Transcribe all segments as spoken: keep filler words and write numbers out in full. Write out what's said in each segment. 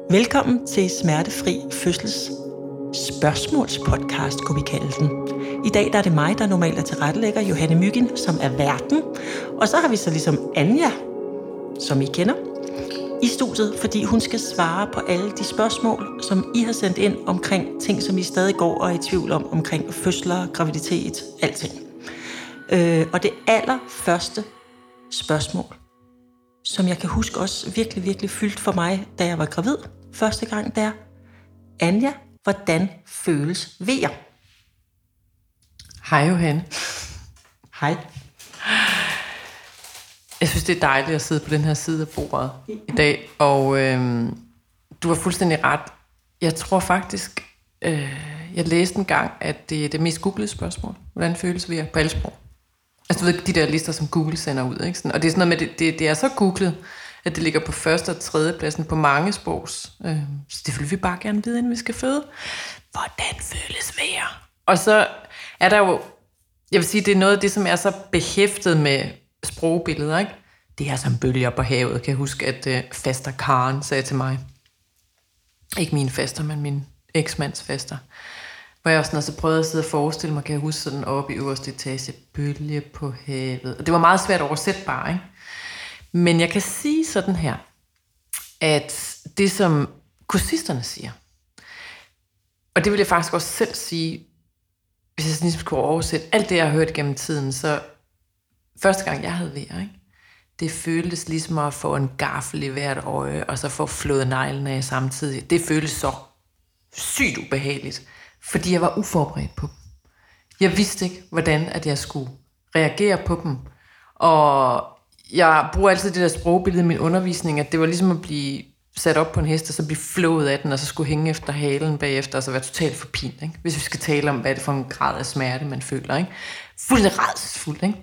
Velkommen til Smertefri Fødsels spørgsmålspodcast, kunne vi kalde den. I dag der er det mig, der normalt er tilrettelægger, Johanne Myggen, som er værten. Og så har vi så ligesom Anja, som I kender, i studiet, fordi hun skal svare på alle de spørgsmål, som I har sendt ind omkring ting, som I stadig går og er i tvivl om, omkring fødsler, graviditet, alting. Øh, og det allerførste spørgsmål, som jeg kan huske også virkelig, virkelig fyldt for mig, da jeg var gravid første gang, der. Anja, hvordan føles vejer? Hej Johanne. Hej. Jeg synes, det er dejligt at sidde på den her side af bordet i dag, og øhm, du har fuldstændig ret. Jeg tror faktisk, øh, jeg læste en gang, at det er det mest googlede spørgsmål. Hvordan føles vejer på alle sprog? Altså du ved, de der lister, som Google sender ud, ikke? Sådan, og det er sådan noget med, det, det, det er så googlet, at det ligger på første og tredje pladsen på mange sprogs. Øh, så det vil vi bare gerne vide, inden vi skal føde. Hvordan føles vejer? Og så er der jo, jeg vil sige, det er noget af det, som er så behæftet med sprogbilleder, ikke? Det er som bølger på havet, kan jeg huske, at øh, faster Karen sagde til mig. Ikke min faster, men min eksmands faster. Hvor jeg også sådan, så prøvede at sidde og forestille mig, kan jeg huske sådan oppe i øverste etage, bølge på havet. Og det var meget svært oversætbart, ikke? Men jeg kan sige sådan her, at det som kursisterne siger, og det vil jeg faktisk også selv sige, hvis jeg sådan ligesom skulle oversætte alt det, jeg har hørt gennem tiden, så første gang jeg havde vejer, ikke? Det føltes ligesom at få en gaffel i hvert øje, og så få flået neglen af samtidig. Det føltes så sygt ubehageligt, fordi jeg var uforberedt på dem. Jeg vidste ikke, hvordan at jeg skulle reagere på dem, og jeg bruger altid det der sprogbillede i min undervisning, at det var ligesom at blive sat op på en hest, og så blive flået af den, og så skulle hænge efter halen bagefter, og så være totalt forpint, ikke? Hvis vi skal tale om, hvad det er for en grad af smerte, man føler, ikke? Fuldstændig rædselsfuldt, ikke?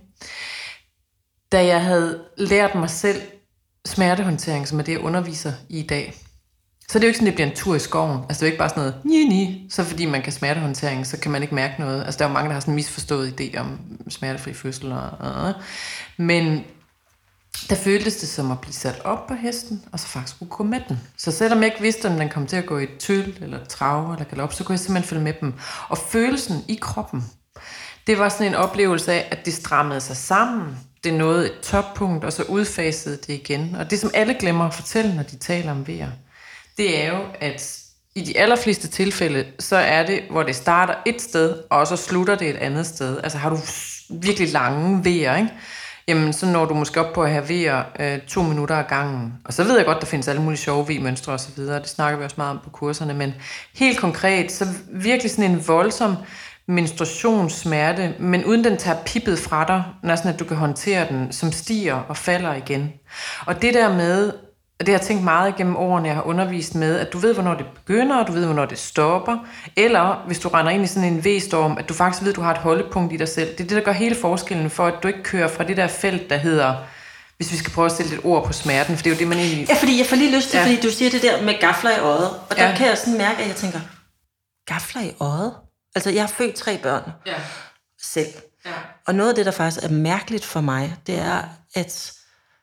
Da jeg havde lært mig selv smertehåndtering, som er det, jeg underviser i i dag, så er det jo ikke sådan, det bliver en tur i skoven. Altså det er jo ikke bare sådan noget, ni, ni. Så fordi man kan smertehåndtering, så kan man ikke mærke noget. Altså der er jo mange, der har sådan en misforstået idé om smertefri fødsel. Og, og. Men der føltes det som at blive sat op på hesten, og så faktisk kunne gå med den. Så selvom jeg ikke vidste, om den kom til at gå i tøl, eller trave, eller galop, så kunne jeg simpelthen følge med dem. Og følelsen i kroppen, det var sådan en oplevelse af, at det strammede sig sammen. Det nåede et toppunkt, og så udfasede det igen. Og det, som alle glemmer at fortælle, når de taler om vejer, det er jo, at i de allerfleste tilfælde, så er det, hvor det starter et sted, og så slutter det et andet sted. Altså har du virkelig lange vejer, ikke? Jamen, så når du måske op på at have vejer øh, to minutter ad gangen. Og så ved jeg godt, der findes alle mulige sjove V-mønstre og så videre. Det snakker vi også meget om på kurserne. Men helt konkret, så virkelig sådan en voldsom menstruationssmerte, men uden den tager pippet fra dig, når sådan, at du kan håndtere den, som stiger og falder igen. Og det der med, og det har jeg tænkt meget gennem årene, jeg har undervist med, at du ved, hvornår det begynder, og du ved, hvornår det stopper. Eller hvis du render ind i sådan en V-storm, at du faktisk ved, at du har et holdepunkt i dig selv. Det er det, der gør hele forskellen for, at du ikke kører fra det der felt, der hedder, hvis vi skal prøve at stille lidt ord på smerten, for det er jo det, man egentlig... Ja, fordi jeg får lige lyst til, ja. Fordi du siger det der med gafler i øjet, og der ja. kan jeg sådan mærke, at jeg tænker, gafler i øjet? Altså, jeg har født tre børn ja. selv. Ja. Og noget af det, der faktisk er mærkeligt for mig, det er, at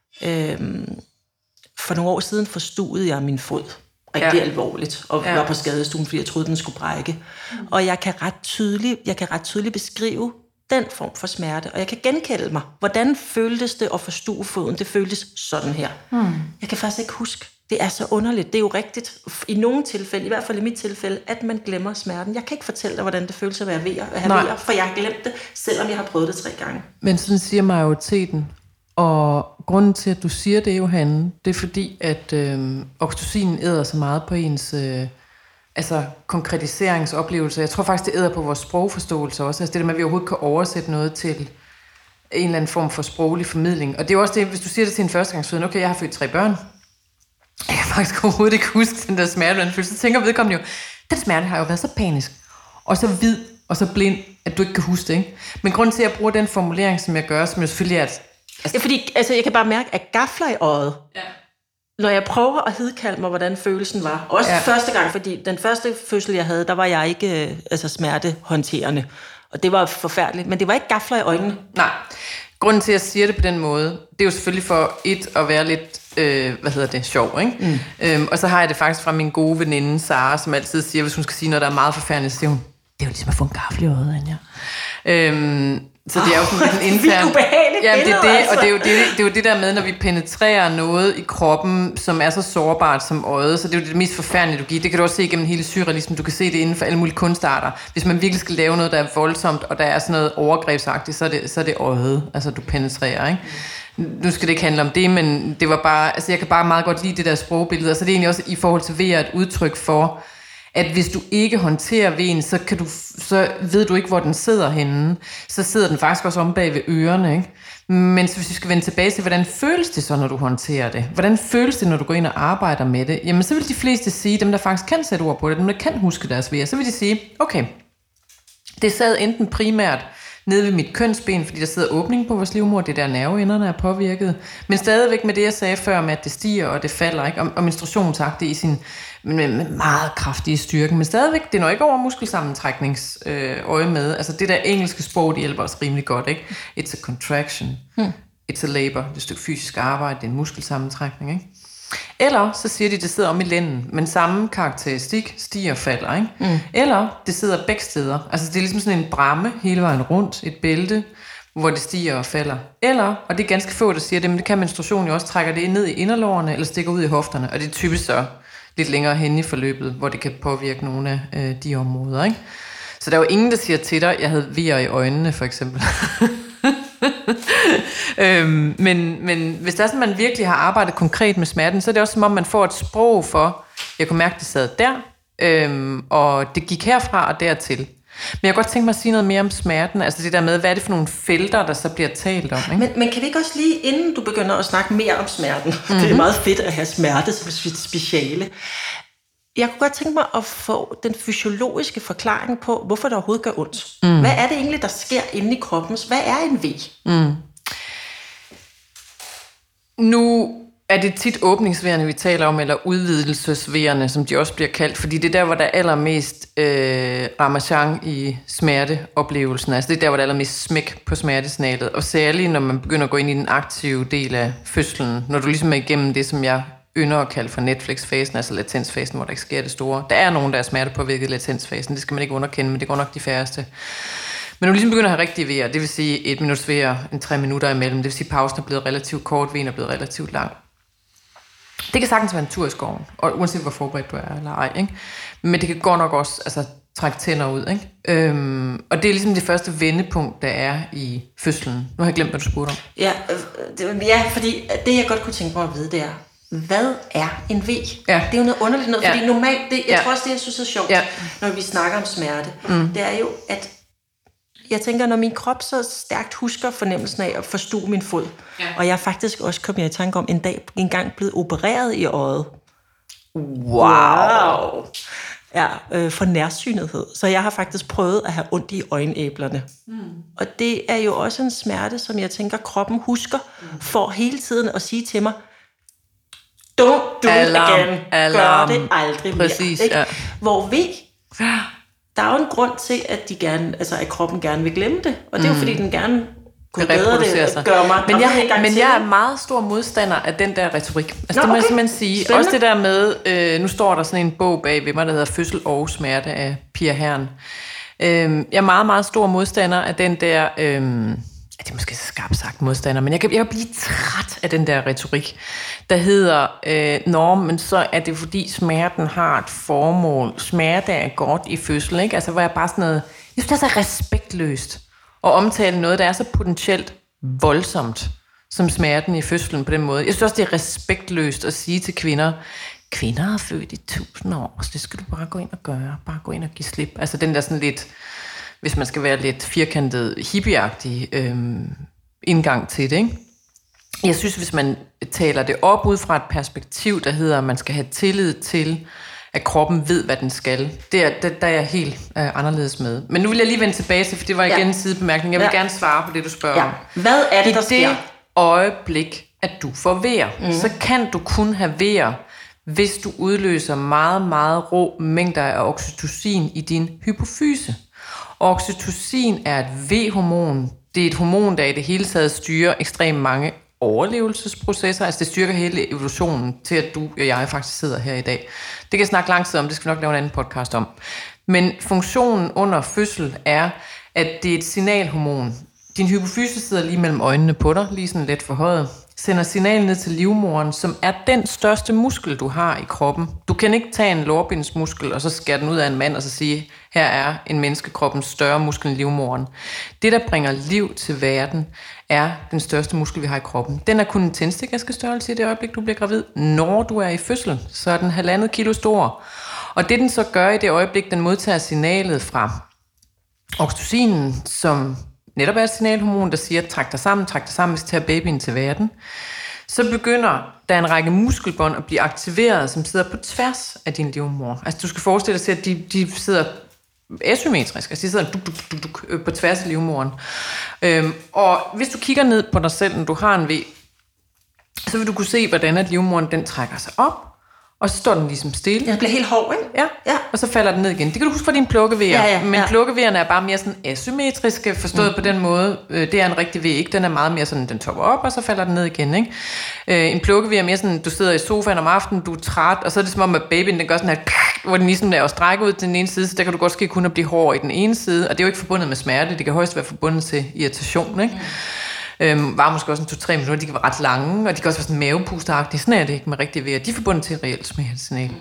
øhm, for nogle år siden forstuede jeg min fod rigtig ja. alvorligt, og ja. var på skadestuen, fordi jeg troede, den skulle brække. Mm. Og jeg kan, ret tydeligt, jeg kan ret tydeligt beskrive den form for smerte, og jeg kan genkalde mig. Hvordan føltes det at forstue foden? Det føltes sådan her. Mm. Jeg kan faktisk ikke huske. Det er så underligt. Det er jo rigtigt, i nogle tilfælde, i hvert fald i mit tilfælde, at man glemmer smerten. Jeg kan ikke fortælle dig, hvordan det føles at være vejer, at have vejer, for jeg har glemt det, selvom jeg har prøvet det tre gange. Men sådan siger majoriteten. Og grunden til, at du siger det, Johanne, det er fordi, at øh, oxytocinen æder så meget på ens øh, altså konkretiseringsoplevelser. Jeg tror faktisk, det æder på vores sprogforståelse også. Altså det der med, at vi overhovedet kan oversætte noget til en eller anden form for sproglig formidling. Og det er jo også det, hvis du siger det til en førstegangsfødende, okay, jeg har født tre børn. Jeg kan faktisk overhovedet ikke huske den der smerte, den følelse. Så tænker vedkommende jo, den smerte har jo været så panisk, og så hvid, og så blind, at du ikke kan huske det, ikke? Men grunden til, at jeg bruger den formulering, som jeg gør, som jo selvfølgelig er, at... Altså, ja, fordi altså, jeg kan bare mærke, at gafler i øjet, ja. Når jeg prøver at hidkalde mig, hvordan følelsen var. Også ja. første gang, fordi den første fødsel, jeg havde, der var jeg ikke altså, smertehåndterende. Og det var forfærdeligt, men det var ikke gafler i øjnene. Nej. grunden til, at jeg siger det på den måde, det er jo selvfølgelig for et at være lidt, øh, hvad hedder det, sjov, ikke? Mm. Øhm, og så har jeg det faktisk fra min gode veninde, Sara, som altid siger, hvis hun skal sige noget, der er meget forfærdeligt, så siger hun, det er jo ligesom at få en gaffel i øjet, Anja. Øhm, så det er jo sådan lidt en intern... Vildt ubehageligt ja, det er det, altså. Og det er, jo det, det er jo det der med, når vi penetrerer noget i kroppen, som er så sårbart som øjet, så det er jo det mest forfærdelige, du giver. Det kan du også se gennem hele surrealismen. Du kan se det inden for alle mulige kunstarter. Hvis man virkelig skal lave noget, der er voldsomt, og der er sådan noget overgrebsagtigt, så er det, så er det øjet, altså du penetrerer, ikke? Nu skal det ikke handle om det, men det var bare... Altså jeg kan bare meget godt lide det der sprogbillede, og så er det egentlig også i forhold til V R et udtryk for... at hvis du ikke håndterer veden, så, kan du, så ved du ikke, hvor den sidder henne. Så sidder den faktisk også om bag ved ørerne, ikke? Men hvis vi skal vende tilbage til, hvordan føles det så, når du håndterer det? Hvordan føles det, når du går ind og arbejder med det? Jamen, så vil de fleste sige, dem der faktisk kan sætte ord på det, dem der kan huske deres V R, så vil de sige, okay, det sad enten primært nede ved mit kønsben, fordi der sidder åbning på vores livmor, det der nerveenderne er påvirket, men stadigvæk med det, jeg sagde før, med at det stiger og det falder, ikke? Og, og menstruationsagt i sin med, med meget kraftige styrke, men stadigvæk, det når ikke over muskelsammentrækningsøje øh, med, altså det der engelske sprog, det hjælper os rimelig godt, ikke? It's a contraction, hmm. it's a labor, det er et stykke fysisk arbejde, det er en muskelsammentrækning, ikke? Eller så siger de, at det sidder om i lænden, men samme karakteristik stiger og falder, ikke? Mm. Eller det sidder begge steder. Altså det er ligesom sådan en bramme hele vejen rundt, et bælte, hvor det stiger og falder. Eller, og det er ganske få, der siger det, men det kan menstruation jo også, trækker det ned i inderlårene, eller stikker ud i hofterne, og det er typisk så lidt længere hen i forløbet, hvor det kan påvirke nogle af øh, de områder, ikke? Så der er jo ingen, der siger til dig, jeg havde vejer i øjnene, for eksempel. øhm, men, men hvis det er sådan, man virkelig har arbejdet konkret med smerten, så er det også som om, man får et sprog for, jeg kunne mærke, det sad der, øhm, og det gik herfra og dertil. Men jeg kunne godt tænke mig at sige noget mere om smerten, altså det der med, hvad er det for nogle felter, der så bliver talt om, ikke? Men, men kan vi ikke også lige, inden du begynder at snakke mere om smerten, mm-hmm. det er meget fedt at have smerte som speciale, jeg kunne godt tænke mig at få den fysiologiske forklaring på, hvorfor det overhovedet gør ondt. Mm. Hvad er det egentlig, der sker inde i kroppen? Hvad er en V? Mm. Nu er det tit åbningsvejerne, vi taler om, eller udvidelsesvejerne, som de også bliver kaldt, fordi det er der, hvor der er allermest øh, ramachan i smerteoplevelsen. Altså det er der, hvor der er allermest smæk på smertesnalet. Og særligt, når man begynder at gå ind i den aktive del af fødslen, når du ligesom er igennem det, som jeg ynder at kalde for Netflix-fasen, altså latensfasen, hvor der ikke sker det store. Der er nogen, der er smertepåvirket i latensfasen, det skal man ikke underkende, men det går nok de færreste. Men når du ligesom begynder at have rigtige vejer, det vil sige et minuts vejer, en tre minutter imellem, det vil sige, at pausen er blevet relativt kort, vejen er blevet relativt lang. Det kan sagtens være en tur i skoven, og uanset hvor forberedt du er eller ej, ikke? Men det kan godt nok også altså, trække tænder ud, ikke? Øhm, og det er ligesom det første vendepunkt, der er i fødslen. Nu har jeg glemt, hvad du spurgte om. Ja, det, ja, fordi det jeg godt kunne tænke mig at vide, det er, hvad er en V? Ja. Det er jo noget underligt noget, ja. Fordi normalt, det, jeg ja. tror også, det jeg synes er sjovt, ja. når vi snakker om smerte, mm. det er jo, at jeg tænker, når min krop så stærkt husker fornemmelsen af at forstue min fod, ja. og jeg er faktisk også kommet i tanke om en dag en gang blevet opereret i øjet. Wow! wow. Ja, øh, for nærsynethed. Så jeg har faktisk prøvet at have ondt i øjenæblerne. Mm. Og det er jo også en smerte, som jeg tænker, kroppen husker, mm. for hele tiden at sige til mig, don't do Alarm. it again. Alarm. Gør det aldrig Præcis, mere. Ikke? Ja. Hvor V, der er jo en grund til, at, de gerne, altså, at kroppen gerne vil glemme det. Og det er jo, mm. fordi den gerne kunne bedre det, gør mig. Men, jeg, men jeg er meget stor modstander af den der retorik. Altså, Nå, det må okay. jeg simpelthen sige. Spændende. Også det der med, øh, nu står der sådan en bog bag ved mig, der hedder Fødsel og smerte af Pia Herren. Øh, jeg er meget, meget stor modstander af den der... Øh, det er måske så skarpt sagt modstander, men jeg kan, jeg kan blive træt af den der retorik, der hedder, øh, nå, men så er det fordi smerten har et formål. Smerte er godt i fødsel, ikke? Altså, hvor jeg bare sådan noget, jeg synes, det er så respektløst at omtale noget, der er så potentielt voldsomt, som smerten i fødslen på den måde. Jeg synes også, det er respektløst at sige til kvinder, kvinder er født i tusind år, så det skal du bare gå ind og gøre, bare gå ind og give slip. Altså den der sådan lidt, hvis man skal være lidt firkantet, hippieagtig øhm, indgang til det, ikke? Jeg synes, hvis man taler det op ud fra et perspektiv, der hedder, at man skal have tillid til, at kroppen ved, hvad den skal, det er, det, der er jeg helt øh, anderledes med. Men nu vil jeg lige vende tilbage til, for det var igen ja. en sidebemærkning. Jeg vil ja. gerne svare på det, du spørger ja. om. Hvad er det, der I sker? det øjeblik, at du får vejer, mm. så kan du kun have vejer, hvis du udløser meget, meget rå mængder af oxytocin i din hypofyse. Oxytocin er et V-hormon, det er et hormon, der i det hele taget styrer ekstremt mange overlevelsesprocesser. Altså det styrker hele evolutionen til, at du og jeg faktisk sidder her i dag. Det kan jeg snakke lang tid om, det skal vi nok lave en anden podcast om. Men funktionen under fødsel er, at det er et signalhormon. Din hypofyse sidder lige mellem øjnene på dig, lige sådan lidt forhøjet, sender signal ned til livmoderen, som er den største muskel, du har i kroppen. Du kan ikke tage en lårbindsmuskel, og så skære den ud af en mand, og så sige, her er en menneskekroppens større muskel end livmoderen. Det, der bringer liv til verden, er den største muskel, vi har i kroppen. Den er kun en tændstikæskestørrelse i det øjeblik, du bliver gravid. Når du er i fødsel, så er den halvandet kilo stor. Og det, den så gør i det øjeblik, den modtager signalet fra oxytocinen, som netop er et signalhormon, der siger, træk dig sammen, træk dig sammen, hvis vi tager babyen til verden, så begynder der en række muskelbånd at blive aktiveret, som sidder på tværs af din livmor. Altså du skal forestille dig, at de, de sidder asymmetrisk, altså de sidder duk, duk, duk, duk, på tværs af livmoren. Øhm, og hvis du kigger ned på dig selv, når du har en V, så vil du kunne se, hvordan at livmoren den trækker sig op, og så står den ligesom stille. Den bliver helt hård, ikke? Ja. ja, og så falder den ned igen. Det kan du huske fra dine plukkevejer. Ja, ja, men ja. plukkeveerne er bare mere sådan asymmetriske, forstået mm. på den måde. Det er en rigtig V, ikke? Den er meget mere sådan, den topper op, og så falder den ned igen, ikke? En plukkevejer er mere sådan, du sidder i sofaen om aftenen, du er træt, og så er det som om, at babyen den gør sådan her, hvor den ligesom laver strække ud til den ene side, så der kan du godt ske kun at blive hård i den ene side, og det er jo ikke forbundet med smerte, det kan højst være forbundet til irritation, ikke? Mm. Øhm, var måske også en to-tre minutter, de kan være ret lange, og de kan også være sådan mavepustagtige. Sådan er det ikke med rigtige vejer. De er forbundet til et reelt smertesignal.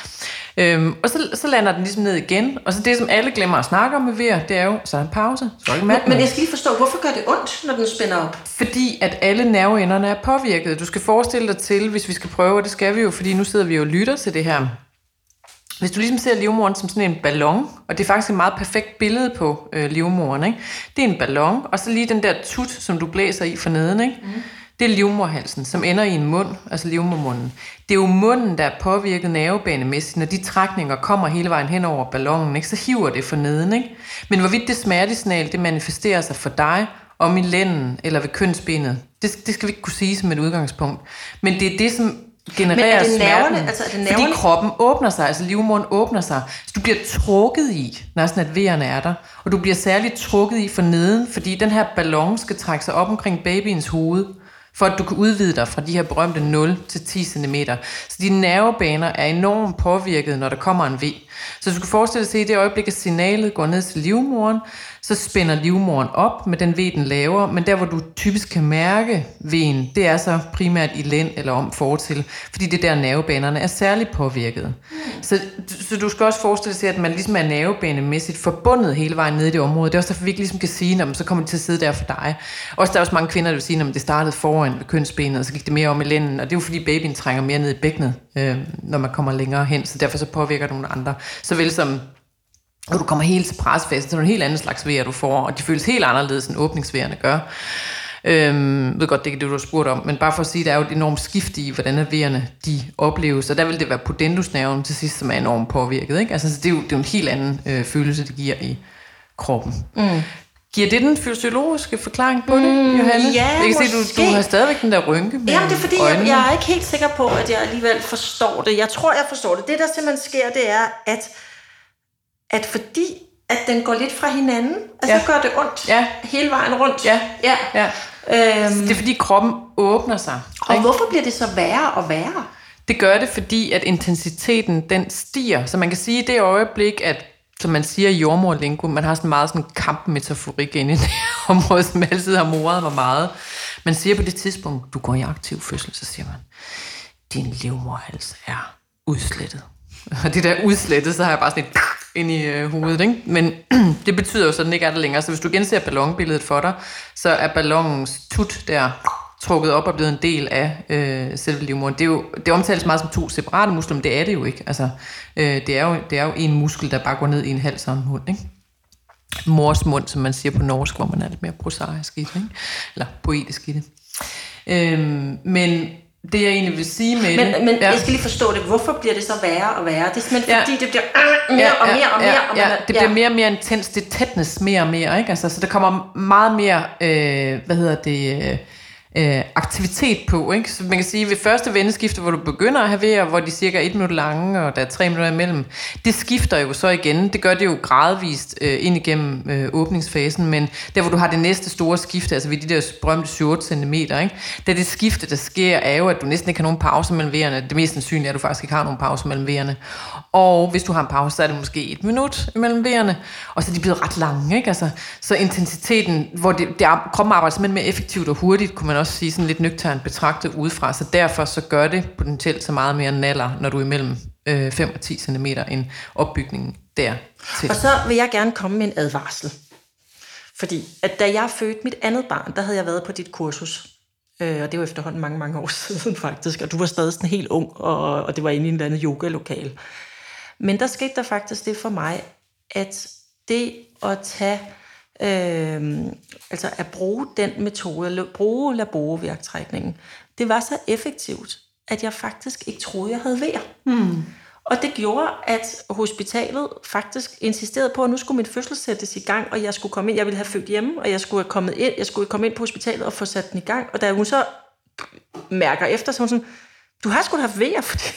Øhm, og så, så lander den ligesom ned igen, og så det, som alle glemmer at snakke om med vejer, det er jo, så er en pause. Så er men, men jeg skal lige forstå, hvorfor gør det ondt, når den spænder op? Fordi at alle nerveenderne er påvirket. Du skal forestille dig til, hvis vi skal prøve, og det skal vi jo, fordi nu sidder vi jo og lytter til det her. Hvis du ligesom ser livmoderen som sådan en ballon, og det er faktisk et meget perfekt billede på øh, livmoderen, ikke? Det er en ballon, og så lige den der tut, som du blæser i for neden, ikke? Mm. Det er livmoderhalsen, som ender i en mund, altså livmodermunden. Det er jo munden, der er påvirket nervebanemæssigt. Når de trækninger kommer hele vejen hen over ballonen, ikke? Så hiver det for neden, ikke? Men hvorvidt det smertesignal, det manifesterer sig for dig, om i lænden eller ved kønsbenet, det, det skal vi ikke kunne sige som et udgangspunkt. Men det er det, som genererer smerten, nerverne, altså, er det nerverne? Fordi kroppen åbner sig, altså livmoderen åbner sig. Så du bliver trukket i, når sådan at vejerne er der. Og du bliver særligt trukket i for neden, fordi den her ballon skal trække sig op omkring babyens hoved, for at du kan udvide dig fra de her berømte nul til ti centimeter. Så dine nervebaner er enormt påvirket, når der kommer en V. Så du skal forestille dig, at i det øjeblik, at signalet går ned til livmoderen, så spænder livmoderen op med den V, den laver, men der, hvor du typisk kan mærke V'en, det er så primært i lænd eller om fortil, fordi det der nervebanerne er særligt påvirket. Mm. Så, så du skal også forestille dig, at man ligesom er nervebanemæssigt forbundet hele vejen ned i det område. Det er også derfor, vi ikke ligesom kan sige, at så kommer det til at sidde der for dig. Også der er også mange kvinder, der vil sige, at det startede foran ved kønsbenet, og så gik det mere om i lænden, og det er jo fordi babyen trænger mere ned i bækkenet, øh, når man kommer længere hen, så derfor så påvirker nogle andre. Såvel som og du kommer helt til presfasen, så er det en helt anden slags vejer, du får, og de føles helt anderledes, end åbningsvejerne gør. Øhm, jeg ved godt, det er det, du har spurgt om, men bare for at sige, der er jo et enormt skift i, hvordan vejerne de opleves, og der vil det være pudendusnerven til sidst, som er enormt påvirket, ikke? Altså, det er jo, det er jo en helt anden øh, følelse, det giver i kroppen. Mm. Giver det den fysiologiske forklaring på det, mm, Johanne? Ja, jeg kan se, du, du har stadigvæk den der rynke med Jamen, det er fordi, jeg, jeg er ikke helt sikker på, at jeg alligevel forstår det. Jeg tror, jeg forstår det. Det, der simpelthen sker, det er, at at fordi, at den går lidt fra hinanden, altså ja. gør det ondt ja. hele vejen rundt. Ja, ja. ja. Øhm, det er fordi kroppen åbner sig. Og ikke? Hvorfor bliver det så værre og værre? Det gør det, fordi at intensiteten, den stiger. Så man kan sige, i det øjeblik, at, som man siger i jordmorlingo, man har sådan meget sådan kampmetaforik inde i det område, som altid har moret mig meget. Man siger på det tidspunkt, du går i aktiv fødsel, så siger man, din livmorhals er udslettet. Og det der udslettet, så har jeg bare sådan et ind i øh, hovedet, ikke? Men det betyder jo så, at den ikke er der længere. Så hvis du genser ballonbilledet for dig, så er ballonens tut der trukket op og blevet en del af øh, selve livmoderen. Det, er jo, det omtales meget som to separate muskler, men det er det jo ikke. Altså, øh, det, er jo, det er jo en muskel, der bare går ned i en hals og en mund, ikke? Mors mund, som man siger på norsk, hvor man er lidt mere prosaisk i det, ikke? Eller poetisk i det. Øhm, men det jeg egentlig vil sige med men, det... Men ja. jeg skal lige forstå det. Hvorfor bliver det så værre og værre? Det er simpelthen ja. fordi, det bliver øh, mere, ja, og mere og mere. Ja, og ja. mere. Det bliver mere og mere intens. Det tætnes mere og mere, ikke? Altså, så der kommer meget mere, øh, hvad hedder det, øh, aktivitet på, ikke? Så man kan sige, ved første vendeskifte, hvor du begynder at have vejer, hvor de er cirka et minut lange, og der er tre minutter imellem, det skifter jo så igen. Det gør det jo gradvist øh, ind igennem øh, åbningsfasen, men der, hvor du har det næste store skifte, altså ved de der berømte syv otte centimeter, ikke? Da det skifte, der sker, er jo, at du næsten ikke har nogen pause mellem vejerne. Det mest sandsynlige er, at du faktisk ikke har nogen pause mellem vejerne. Og hvis du har en pause, så er det måske et minut mellem vejerne, og så er de blevet ret lange, ikke? Altså, så intensiteten, hvor det, det er, kroppen arbejder simpelthen mere effektivt og hurtigt, kunne man også sige, sådan lidt nøgternt betragtet udefra, så derfor så gør det potentielt så meget mere naller, når du er imellem øh, fem og ti centimeter, en opbygning dertil. Og så vil jeg gerne komme med en advarsel. Fordi at da jeg fødte mit andet barn, der havde jeg været på dit kursus. Øh, og det var efterhånden mange, mange år siden faktisk. Og du var stadig sådan helt ung, og, og det var inde i en eller anden yogalokale. Men der skete der faktisk det for mig, at det at tage, øh, altså at bruge den metode, bruge laboroværktrækningen, det var så effektivt, at jeg faktisk ikke troede, jeg havde vejer. Hmm. Og det gjorde, at hospitalet faktisk insisterede på, at nu skulle min fødsel sættes i gang, og jeg skulle komme ind, jeg ville have født hjemme, og jeg skulle have kommet ind, jeg skulle komme ind på hospitalet og få sat den i gang. Og da hun så mærker efter, så hun sådan, du har sgu da haft vejer, fordi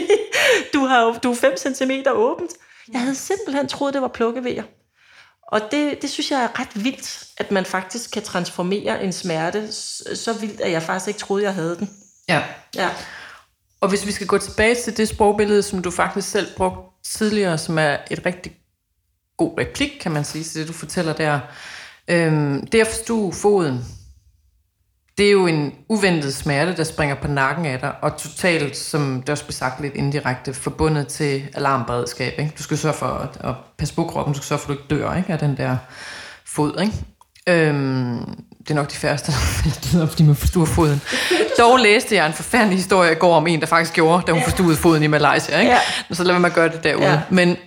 du har jo, du er fem centimeter åbent. Jeg havde simpelthen troet, det var plukkevejer. Og det, det synes jeg er ret vildt, at man faktisk kan transformere en smerte så vildt, at jeg faktisk ikke troede, jeg havde den. Ja. Ja. Og hvis vi skal gå tilbage til det sprogbillede, som du faktisk selv brugte tidligere, som er et rigtig god replik, kan man sige, til det du fortæller der. Øhm, det at forstue foden, det er jo en uventet smerte, der springer på nakken af dig, og totalt, som det også blev sagt lidt indirekte, forbundet til alarmberedskab. Ikke? Du skal sørge for at, at passe på kroppen, du skal sørge for, at du ikke dør, ikke? Af den der fod. Ikke? Øhm, det er nok de færreste, der ved, fordi man forstuer foden. Dog læste jeg en forfærdelig historie i går om en, der faktisk gjorde, da hun forstuede foden i Malaysia. Ikke? Ja. Så lad mig gøre det derude. Ja. Men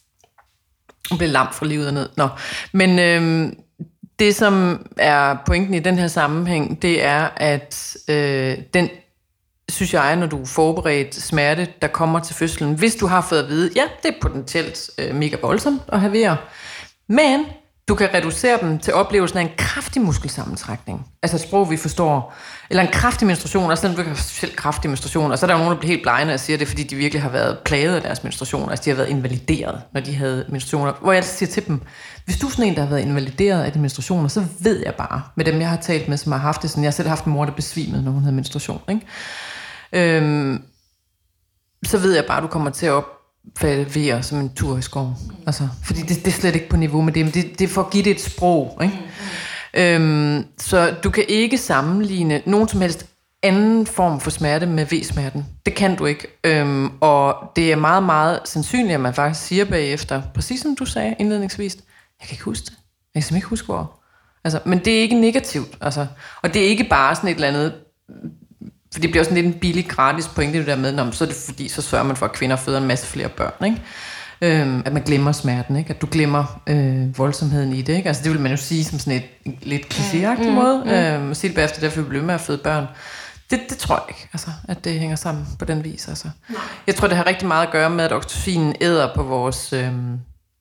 hun blev lam fra livet ned. Nå. Men øhm, det, som er pointen i den her sammenhæng, det er, at øh, den, synes jeg, når du er forberedt smerte, der kommer til fødslen, hvis du har fået at vide, ja, det er potentielt øh, mega voldsomt at have vejer, men du kan reducere dem til oplevelsen af en kraftig muskelsammentrækning. Altså et sprog, vi forstår. Eller en kraftig menstruation, og sådan en specielt kraftig menstruation. Og så er der jo nogen, der bliver helt blegne og siger det, fordi de virkelig har været plaget af deres menstruation. Altså de har været invalideret, når de havde menstruationer. Hvor jeg siger til dem, hvis du er sådan en, der har været invalideret af de menstruationer, så ved jeg bare, med dem jeg har talt med, som har haft det sådan. Jeg har selv haft en mor, der besvimede, når hun havde menstruation. Ikke? Øhm, så ved jeg bare, at du kommer til at op vejer som en tur i skoven. Altså, fordi det, det er slet ikke på niveau med det, men det, det er for at give det et sprog. Ikke? Mm. Øhm, så du kan ikke sammenligne nogen som helst anden form for smerte med V-smerten. Det kan du ikke. Øhm, og det er meget, meget sandsynligt, at man faktisk siger bagefter, præcis som du sagde indledningsvis, jeg kan ikke huske det. Jeg kan simpelthen ikke huske, hvor. Altså, men det er ikke negativt. Altså, og det er ikke bare sådan et eller andet. For det bliver også sådan lidt en billig gratis pointe, det der med, når, så er det fordi, så sørger man for, at kvinder føder en masse flere børn, ikke? Øhm, at man glemmer smerten, ikke? At du glemmer øh, voldsomheden i det, ikke? Altså det vil man jo sige som sådan et en lidt klichéagtigt mm, måde, mm. øhm, og sige det bagefter, derfor vi bliver med at føde børn. Det, det tror jeg ikke, altså, at det hænger sammen på den vis. Altså. Jeg tror, det har rigtig meget at gøre med, at oxytocinen æder på vores... Øhm,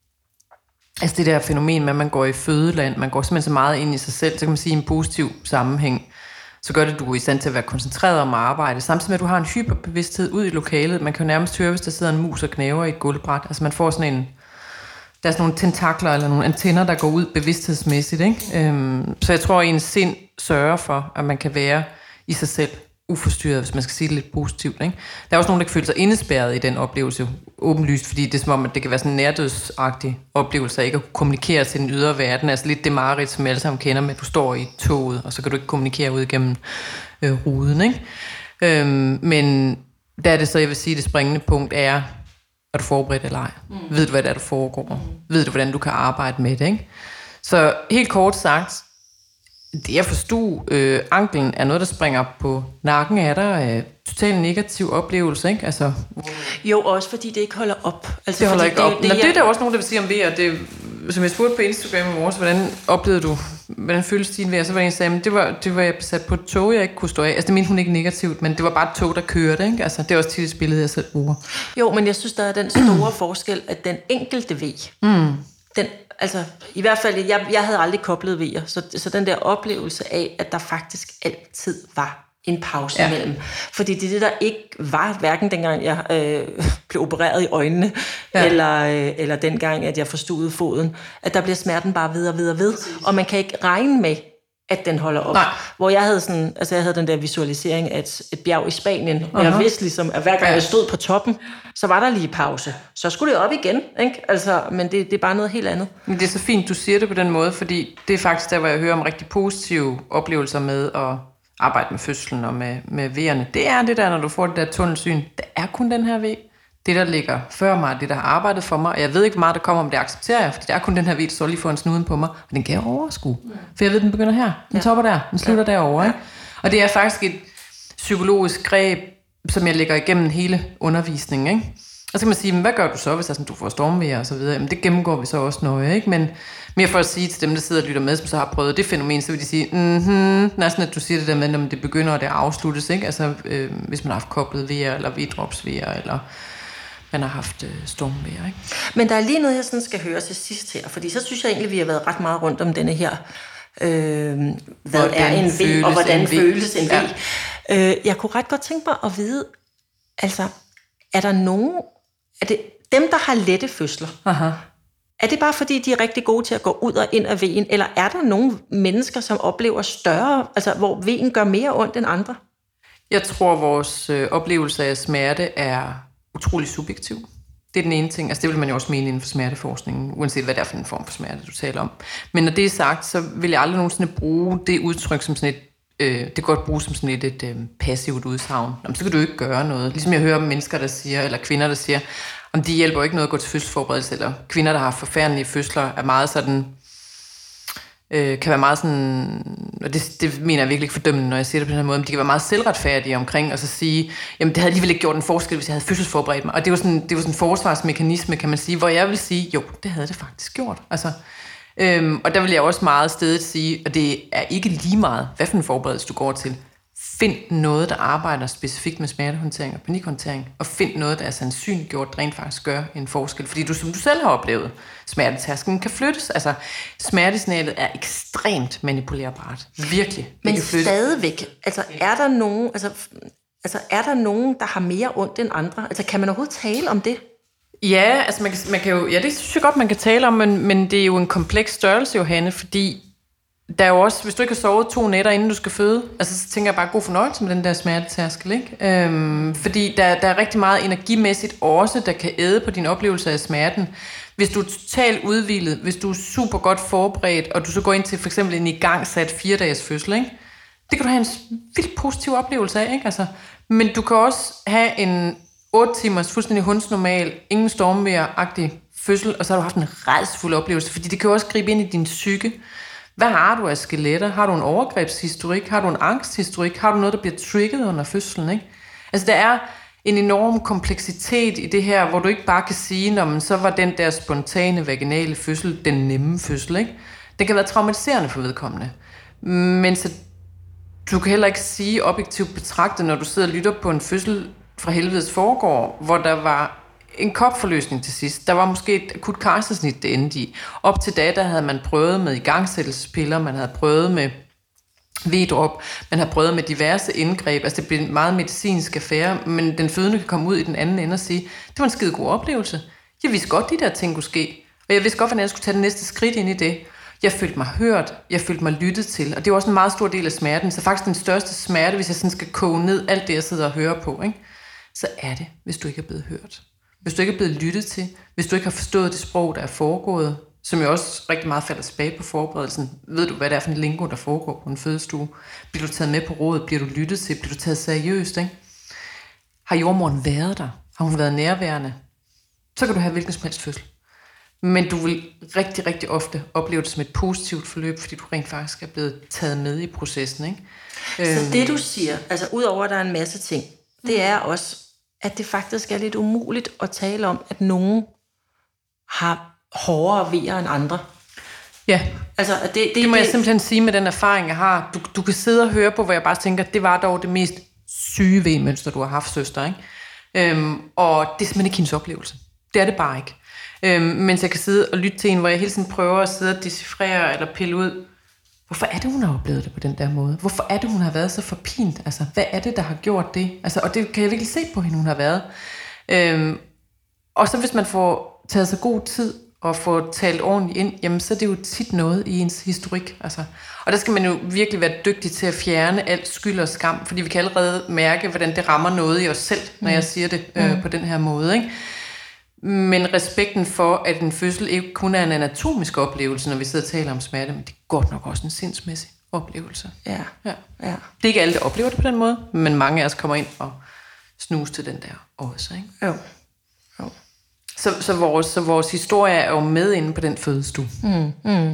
altså det der fænomen med, at man går i fødeland, man går simpelthen så meget ind i sig selv, så kan man sige i en positiv sammenhæng, så gør det, at du er i stand til at være koncentreret om at arbejde. Samtidig med, at du har en hyperbevidsthed ud i lokalet. Man kan jo nærmest høre, hvis der sidder en mus og knæver i et gulvbræt. Altså man får sådan en... Der er sådan nogle tentakler eller nogle antenner, der går ud bevidsthedsmæssigt. Ikke? Øhm, så jeg tror, at ens sind sørger for, at man kan være i sig selv uforstyrret, hvis man skal sige det lidt positivt. Ikke? Der er også nogen, der kan føle sig indespærret i den oplevelse, åbenlyst, fordi det er som om, at det kan være sådan en nærdødsagtig oplevelse, ikke at kunne kommunikere til den ydre verden. Altså lidt det mareridt, som vi alle sammen kender med, at du står i toget, og så kan du ikke kommunikere ud igennem øh, ruden. Ikke? Øhm, men der er det så, jeg vil sige, det springende punkt er, er du forberedt eller ej? Mm. Ved du, hvad det er, der foregår? Mm. Ved du, hvordan du kan arbejde med det? Ikke? Så helt kort sagt, det jeg forstod, øh, anklen er noget, der springer på nakken af dig. Øh, totalt negativ oplevelse, ikke? Altså, jo, også fordi det ikke holder op. Altså, det holder ikke det, op. Det, det, det, Nå, det er der også nogen, der vil sige om vejer. Det, som jeg spurgte på Instagram i morges, hvordan oplevede du, hvordan føltes din vejer? Så var en, der sagde, at det var, det var jeg sat på et tog, jeg ikke kunne stå af. Altså det mente hun ikke negativt, men det var bare et tog, der kørte. Ikke? Altså, det er også tit et billede, jeg selv bruger. Jo, men jeg synes, der er den store forskel, at den enkelte ved, mm. den, altså, i hvert fald, jeg, jeg havde aldrig koblet vejer, så, så den der oplevelse af, at der faktisk altid var en pause ja. Imellem. Fordi det er det, der ikke var, hverken dengang jeg øh, blev opereret i øjnene, ja. eller, øh, eller dengang, at jeg forstudede foden, at der bliver smerten bare ved og ved og ved, og man kan ikke regne med, at den holder op. Nej. Hvor jeg havde sådan, altså jeg havde den der visualisering af et, et bjerg i Spanien, uh-huh. og jeg vidste ligesom, at hver gang ja. Jeg stod på toppen, så var der lige pause. Så skulle det op igen, ikke? Altså, men det, det er bare noget helt andet. Men det er så fint, du siger det på den måde, fordi det er faktisk der, hvor jeg hører om rigtig positive oplevelser med at arbejde med fødslen og med, med vejerne. Det er det der, når du får det der tunnelsyn. Det er kun den her vej. Det, der ligger før mig, det, der har arbejdet for mig, og jeg ved ikke, hvor meget der kommer, om det accepterer jeg, fordi det er kun den her vej, der står lige foran snuden på mig, og den kan jeg overskue. For jeg ved, den begynder her, den topper der, den slutter ja. Derovre. Ikke? Og det er faktisk et psykologisk greb, som jeg lægger igennem hele undervisningen. Ikke? Og så kan man sige, men hvad gør du så, hvis der, sådan, du får stormvejr og så videre? Jamen, det gennemgår vi så også noget, ikke? Men mere for at sige til dem, der sidder og lytter med, som så har prøvet det fænomen, så vil de sige, mhm, næsten at du siger det der med, om det begynder og det afsluttes, ikke? Altså, øh, hvis man har haft koblet vejr, eller V-dropsvejr, eller man har haft øh, stormvejr, ikke? Men der er lige noget, jeg sådan skal høre til sidst her, fordi så synes jeg egentlig, vi har været ret meget rundt om denne her, øh, hvad hvordan er en V, og hvordan en føles en V. Ja. Øh, jeg kunne ret godt tænke mig at vide, altså, er der nogen, er det dem, der har lette fødsler, aha. Er det bare fordi, de er rigtig gode til at gå ud og ind af vejen, eller er der nogle mennesker, som oplever større, altså hvor vejen gør mere ondt end andre? Jeg tror, vores øh, oplevelse af smerte er utrolig subjektiv. Det er den ene ting. Altså det vil man jo også mene inden for smerteforskningen, uanset hvad det er for en form for smerte, du taler om. Men når det er sagt, så vil jeg aldrig nogensinde bruge det udtryk som sådan et, øh, det kan godt bruges som sådan et, et øh, passivt udsagn. Jamen, så kan du ikke gøre noget. Ligesom jeg hører om mennesker, der siger, eller kvinder, der siger, om de hjælper ikke noget at gå til fødselsforberedelse, eller kvinder, der har forfærdelige fødsler, er meget sådan, øh, kan være meget sådan, og det, det mener jeg virkelig ikke fordømmende, når jeg siger det på den her måde, men de kan være meget selvretfærdige omkring, og så sige, jamen det havde alligevel ikke gjort en forskel, hvis jeg havde fødselsforberedt mig. Og det var sådan, det var sådan en forsvarsmekanisme, kan man sige, hvor jeg vil sige, jo, det havde det faktisk gjort. Altså, øhm, og der vil jeg også meget stedet sige, og det er ikke lige meget, hvad for en forberedelse du går til. Find noget, der arbejder specifikt med smertehåndtering og panikhåndtering, og find noget, der er sandsynliggjort, der rent faktisk gør en forskel. Fordi du, som du selv har oplevet, smertetærsken kan flyttes. Altså, smertesignalet er ekstremt manipulerbart. Virkelig. Men stadigvæk, altså er der nogen, altså, altså er der nogen, der har mere ondt end andre? Altså kan man overhovedet tale om det? Ja, altså man kan, man kan jo, ja, det synes jeg godt, man kan tale om, men, men det er jo en kompleks størrelse, Johanne, fordi der er jo også, hvis du ikke har sovet to nætter, inden du skal føde, altså så tænker jeg bare god fornøjelse med den der smertetærskel, ikke? Øhm, fordi der, der er rigtig meget energimæssigt også, der kan æde på din oplevelse af smerten. Hvis du er totalt udhvilet, hvis du er super godt forberedt, og du så går ind til for eksempel en igangsat fire dages fødsel, ikke? Det kan du have en vildt positiv oplevelse af, ikke? Altså, men du kan også have en otte timers fuldstændig hundsnormal, ingen stormvejr-agtig fødsel, og så har du haft en rædselsfuld oplevelse, fordi det kan jo også gribe ind i din psyke. Hvad har du af skeletter? Har du en overgrebshistorik? Har du en angsthistorik? Har du noget, der bliver trigget under fødslen? Ikke? Altså, der er en enorm kompleksitet i det her, hvor du ikke bare kan sige, når man så var den der spontane vaginale fødsel, den nemme fødsel. Ikke? Det kan være traumatiserende for vedkommende. Men så, du kan heller ikke sige objektivt betragtet, når du sidder og lytter på en fødsel fra helvedes foregår, hvor der var en kopforløsning til sidst. Der var måske et akut kejsersnit, det endte i. Op til da, der havde man prøvet med igangsættelsespiller, man havde prøvet med V-drop, man havde prøvet med diverse indgreb. Altså det blev en meget medicinsk affære, men den fødende kan komme ud i den anden ende og sige, det var en skide god oplevelse. Jeg vidste godt, de der ting kunne ske, og jeg vidste godt, hvordan jeg skulle tage det næste skridt ind i det. Jeg følte mig hørt, jeg følte mig lyttet til, og det var også en meget stor del af smerten, så faktisk den største smerte, hvis jeg sådan skal koge ned alt det, jeg sidder og hører på, ikke? Så er det, hvis du ikke er blevet hørt. Hvis du ikke er blevet lyttet til, hvis du ikke har forstået det sprog, der er foregået, som jo også rigtig meget falder tilbage på forberedelsen. Ved du, hvad det er for en lingo, der foregår på en fødestue? Bliver du taget med på rådet? Bliver du lyttet til? Bliver du taget seriøst? Ikke? Har jordmoren været der? Har hun været nærværende? Så kan du have hvilken som helst fødsel. Men du vil rigtig, rigtig ofte opleve det som et positivt forløb, fordi du rent faktisk er blevet taget med i processen. Ikke? Så det du siger, altså udover at der er en masse ting, det er også, at det faktisk er lidt umuligt at tale om, at nogen har hårdere vejer end andre. Ja, altså, det, det, det må det, jeg simpelthen sige med den erfaring, jeg har. Du, du kan sidde og høre på, hvor jeg bare tænker, det var dog det mest syge V-mønster, du har haft, søster. Ikke? Øhm, og det er simpelthen ikke hendes oplevelse. Det er det bare ikke. Øhm, mens jeg kan sidde og lytte til en, hvor jeg hele tiden prøver at sidde og decifrere eller pille ud, hvorfor er det, hun har oplevet det på den der måde? Hvorfor er det, hun har været så forpint? Altså, hvad er det, der har gjort det? Altså, og det kan jeg virkelig se på hende, hun har været. Øhm, og så hvis man får taget sig god tid og får talt ordentligt ind, jamen så er det jo tit noget i ens historik. Altså. Og der skal man jo virkelig være dygtig til at fjerne alt skyld og skam, fordi vi kan allerede mærke, hvordan det rammer noget i os selv, når jeg siger det øh, mm. på den her måde, ikke? Men respekten for, at en fødsel ikke kun er en anatomisk oplevelse, når vi sidder og taler om smerte, men det er godt nok også en sindsmæssig oplevelse. Ja. Ja. Ja. Det er ikke alle, der oplever det på den måde, men mange af os kommer ind og snus til den der også, ikke? Jo. Jo. Så, så, vores, så vores historie er jo med inde på den fødestue. Mm. Mm.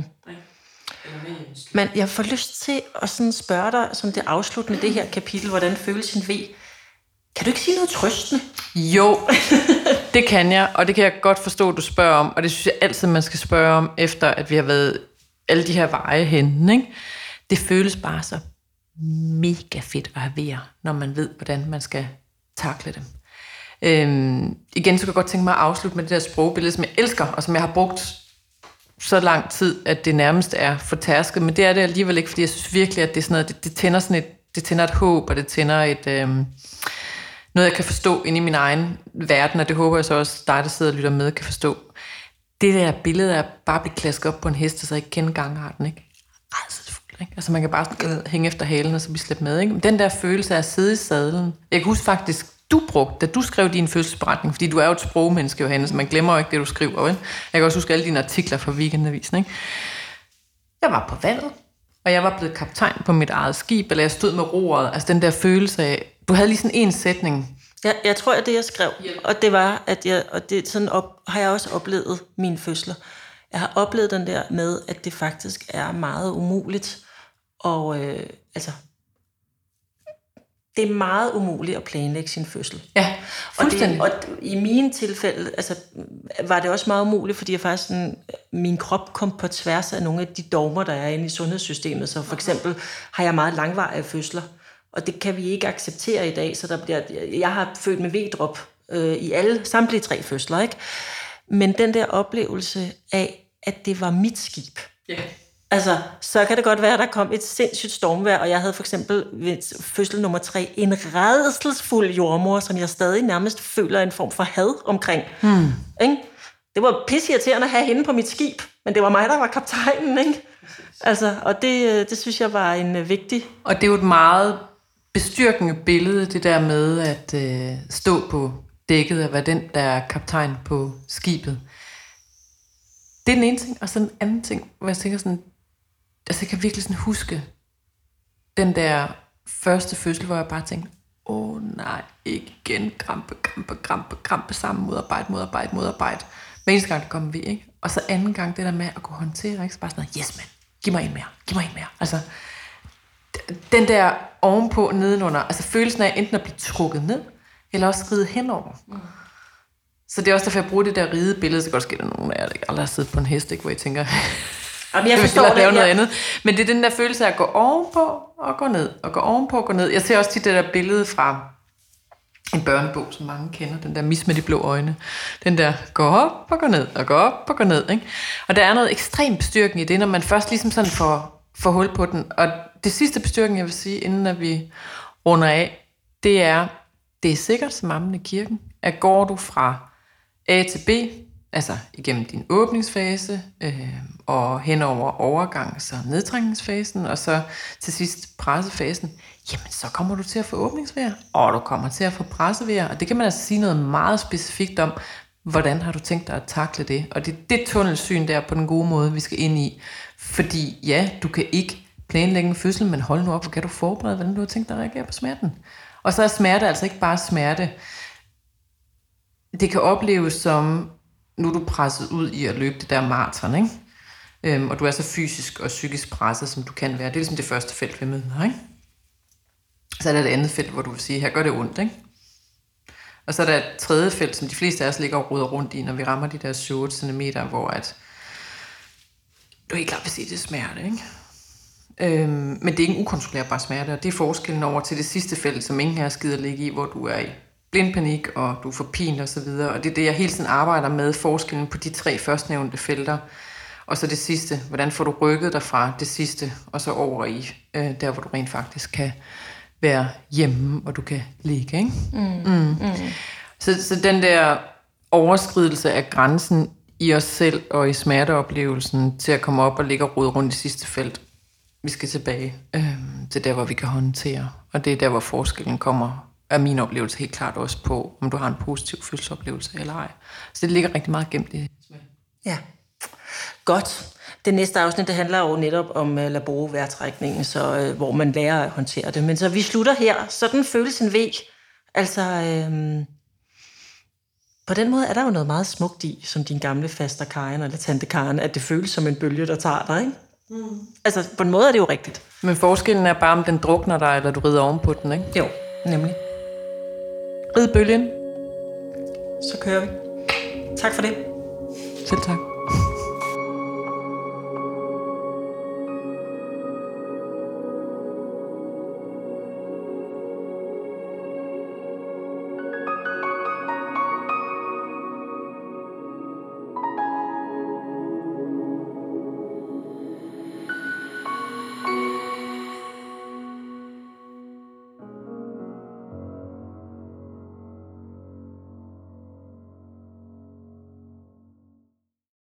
Men jeg får lyst til at sådan spørge dig, som det afsluttende det her kapitel, hvordan føles din ved? Kan du ikke sige noget trøstende? Jo, det kan jeg, og det kan jeg godt forstå, at du spørger om, og det synes jeg altid, man skal spørge om, efter at vi har været alle de her veje henne, ikke? Det føles bare så mega fedt at have vejer, når man ved, hvordan man skal takle dem. Øhm, igen, så kan jeg godt tænke mig at afslutte med det der sprogbillede, som jeg elsker, og som jeg har brugt så lang tid, at det nærmest er fortærsket, men det er det alligevel ikke, fordi jeg synes virkelig, at det er sådan noget, det, det tænder sådan et, det tænder et håb, og det tænder et, øhm, noget, jeg kan forstå inde i min egen verden, og det håber jeg så også, dig, der sidder og lytter med, kan forstå. Det der billede er bare at blive klasket op på en hest, og så ikke kende gangarten, ikke? Rædselsfuldt, ikke? Altså man kan bare sådan hænge efter halen, og så blive slæbt med, ikke? Men den der følelse af at sidde i sadlen, jeg kan huske faktisk, du brugte, da du skrev din fødselsberetning, fordi du er jo et sprogmenneske, Johanne, så man glemmer jo ikke det, du skriver, ikke? Jeg kan også huske alle dine artikler fra Weekendavisen, ikke? Jeg var på vandet, og jeg var blevet kaptajn på mit eget skib, eller jeg stod med roret, altså den der følelse af, du havde lige sådan en sætning. Ja, jeg tror, at det, jeg skrev, og det var, at jeg, og det sådan op, har jeg også oplevet mine fødsler. Jeg har oplevet den der med, at det faktisk er meget umuligt, og øh, altså, det er meget umuligt at planlægge sin fødsel. Ja, fuldstændig. Og, det, og i mine tilfælde, altså, var det også meget umuligt, fordi jeg faktisk sådan, min krop kom på tværs af nogle af de dogmer, der er inde i sundhedssystemet. Så for eksempel har jeg meget langvarige fødsler, og det kan vi ikke acceptere i dag, så der bliver, jeg har født med V-drop øh, i alle, samtlige tre fødsler, ikke? Men den der oplevelse af, at det var mit skib. Ja. Altså, så kan det godt være, at der kom et sindssygt stormvejr, og jeg havde for eksempel ved fødsel nummer tre en rædselsfuld jordmor, som jeg stadig nærmest føler en form for had omkring. Hmm. Ikke? Det var pisseirriterende at have hende på mit skib, men det var mig, der var kaptajnen, ikke? Altså, og det, det synes jeg var en vigtig... Og det er jo et meget bestyrkende billede, det der med at øh, stå på dækket og være den, der er kaptajn på skibet. Det er den ene ting, og så en anden ting, hvor jeg tænker sådan, altså jeg kan virkelig sådan huske den der første fødsel, hvor jeg bare tænkte, åh oh, nej, ikke igen, krampe, krampe, krampe, krampe sammen, modarbejde, modarbejde, modarbejde. Hver eneste gang, det kommer vi, ikke? Og så anden gang, det der med at kunne håndtere, ikke? Så bare sådan noget, yes man, giv mig en mere, giv mig en mere. Altså, den der ovenpå, nedenunder, altså følelsen af enten at blive trukket ned, eller også ride henover. Mm. Så det er også derfor, jeg bruger det der ride billede, så godt ske, der nogen af jer, der aldrig har siddet på en hest, ikke, hvor jeg tænker, jamen, jeg forstår det, lave noget ja. andet. Men det er den der følelse af at gå ovenpå og gå ned, og gå ovenpå og gå ned. Jeg ser også tit det der billede fra en børnebog, som mange kender, den der Mis med de blå øjne. Den der, gå op og gå ned, og gå op og gå ned, ikke? Og der er noget ekstremt bestyrkende i det, når man først ligesom sådan får, får hul på den. Og det sidste bestyrkende, jeg vil sige, inden at vi runder af, det er, det er sikkert som ammen i kirken, at går du fra A til B, altså igennem din åbningsfase, øh, og henover overgangs- og nedtrækningsfasen, og så til sidst pressefasen, jamen så kommer du til at få åbningsvejr, og du kommer til at få pressevejr, og det kan man altså sige noget meget specifikt om, hvordan har du tænkt dig at takle det, og det er det tunnelsyn der på den gode måde, vi skal ind i, fordi ja, du kan ikke planlægge en fødsel, men hold nu op, hvor kan du forberede, hvordan du har tænkt dig at reagere på smerten. Og så er smerte altså ikke bare smerte. Det kan opleves som, nu er du presset ud i at løbe det der maraton, ikke? Øhm, og du er så fysisk og psykisk presset, som du kan være. Det er ligesom det første felt, vi møder, ikke? Så er der et andet felt, hvor du vil sige, her gør det ondt, ikke? Og så er der et tredje felt, som de fleste af os ligger og roder rundt i, når vi rammer de der syv otte centimeter, hvor at du helt klart vil sige, det er smerte, ikke? Øhm, men det er ikke en ukontrollerbar smerte, og det er forskellen over til det sidste felt, som ingen her skider ligge i, hvor du er i blindpanik, og du får pin og så videre. Og det er det, jeg hele tiden arbejder med, forskellen på de tre førstnævnte felter. Og så det sidste, hvordan får du rykket dig fra det sidste, og så over i øh, der, hvor du rent faktisk kan være hjemme, og du kan ligge, ikke? Mm. Mm. Mm. Så, så den der overskridelse af grænsen i os selv og i smerteoplevelsen til at komme op og ligge og rode rundt i sidste felt, vi skal tilbage øh, til der, hvor vi kan håndtere. Og det er der, hvor forskellen kommer, er min oplevelse helt klart også på, om du har en positiv følelsesoplevelse eller ej. Så det ligger rigtig meget gemt i. Ja, godt. Det næste afsnit, det handler jo netop om uh, laborovejrtrækningen, så uh, hvor man lærer at håndtere det. Men så vi slutter her. Sådan føles en væg. Altså, øhm, på den måde er der jo noget meget smukt i, som din gamle faster Karen eller tante Karen, at det føles som en bølge, der tager dig, ikke? Mm. Altså, på en måde er det jo rigtigt. Men forskellen er bare, om den drukner dig, eller du rider ovenpå den, ikke? Jo, nemlig. Rid bølgen. Så kører vi. Tak for det. Selv tak.